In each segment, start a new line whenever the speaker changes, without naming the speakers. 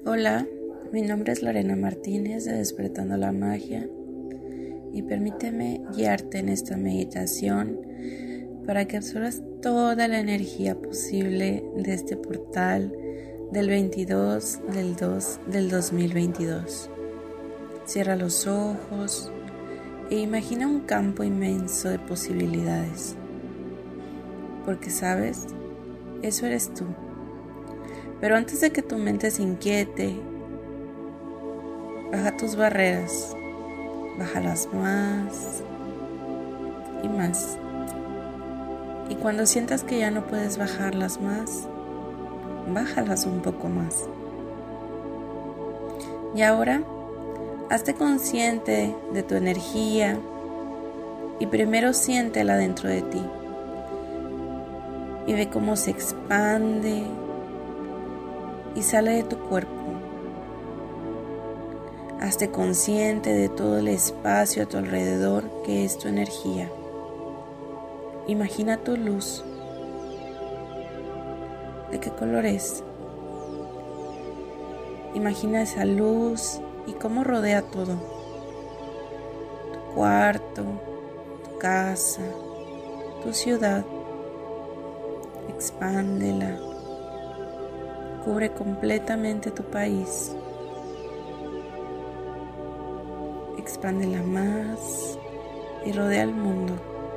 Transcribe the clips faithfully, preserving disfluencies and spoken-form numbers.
Hola, mi nombre es Lorena Martínez de Despertando la Magia y permíteme guiarte en esta meditación para que absorbas toda la energía posible de este portal del veintidós del dos del dos mil veintidós. Cierra los ojos e imagina un campo inmenso de posibilidades, porque sabes, eso eres tú. Pero antes de que tu mente se inquiete, baja tus barreras, bájalas más y más. Y cuando sientas que ya no puedes bajarlas más, bájalas un poco más. Y ahora, hazte consciente de tu energía y primero siéntela dentro de ti. Y ve cómo se expande y sale de tu cuerpo. Hazte consciente de todo el espacio a tu alrededor que es tu energía. Imagina tu luz. ¿De qué color es? Imagina esa luz y cómo rodea todo. Tu cuarto, tu casa, tu ciudad. Expándela. Cubre completamente tu país. Expándela más y rodea el mundo.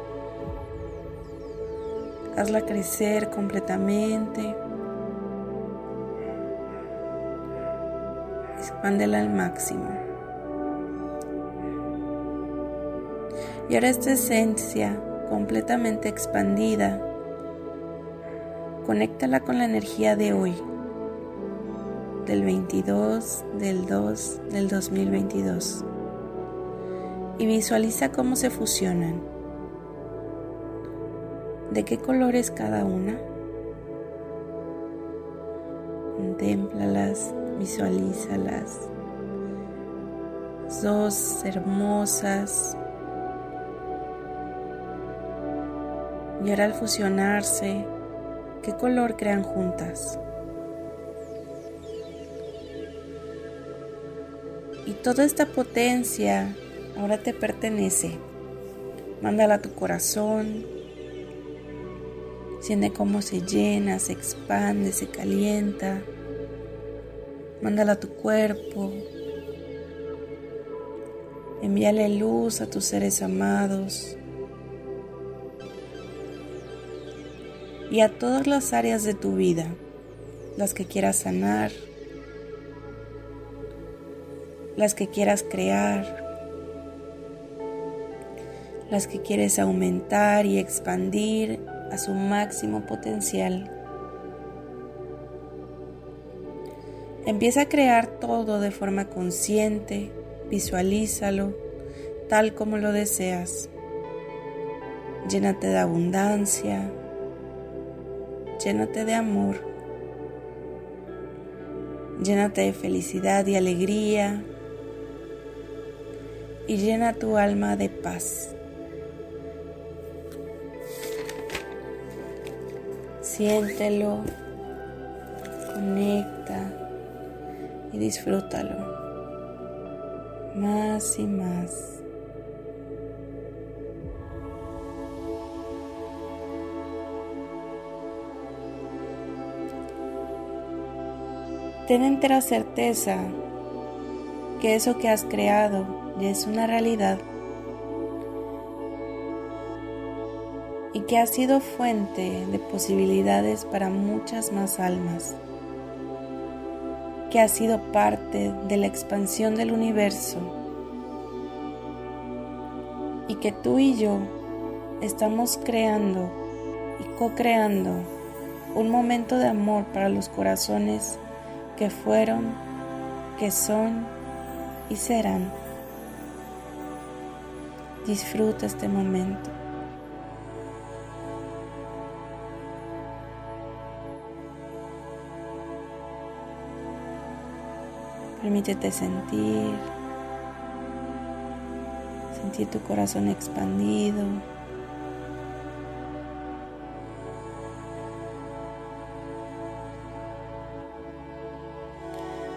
Hazla crecer completamente. Expándela al máximo. Y ahora esta esencia completamente expandida, conéctala con la energía de hoy, del veintidós del dos del dos mil veintidós, y visualiza cómo se fusionan. ¿De qué color es cada una? Contémplalas, visualízalas. Dos hermosas. Y ahora al fusionarse, ¿qué color crean juntas? Y toda esta potencia ahora te pertenece. Mándala a tu corazón. Siente cómo se llena, se expande, se calienta. Mándala a tu cuerpo. Envíale luz a tus seres amados. Y a todas las áreas de tu vida, las que quieras sanar, las que quieras crear, las que quieres aumentar y expandir a su máximo potencial. Empieza a crear todo de forma consciente, visualízalo tal como lo deseas. Llénate de abundancia, llénate de amor, llénate de felicidad y alegría y llena tu alma de paz. Siéntelo, conecta y disfrútalo más y más. Ten entera certeza que eso que has creado ya es una realidad y que ha sido fuente de posibilidades para muchas más almas, que ha sido parte de la expansión del universo y que tú y yo estamos creando y co-creando un momento de amor para los corazones que fueron, que son y serán. Disfruta este momento. Permítete sentir, sentir tu corazón expandido.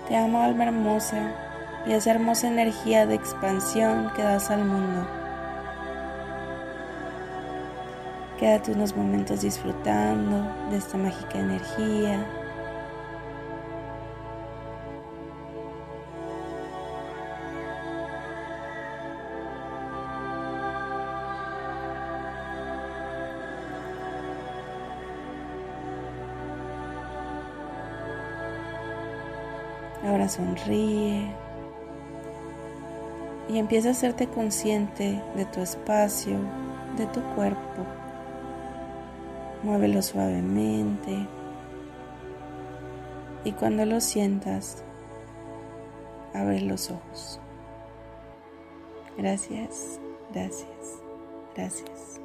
Te amo, alma hermosa, y esa hermosa energía de expansión que das al mundo. Quédate unos momentos disfrutando de esta mágica energía. Ahora sonríe y empieza a hacerte consciente de tu espacio, de tu cuerpo. Muévelo suavemente y cuando lo sientas, abre los ojos. Gracias, gracias, gracias.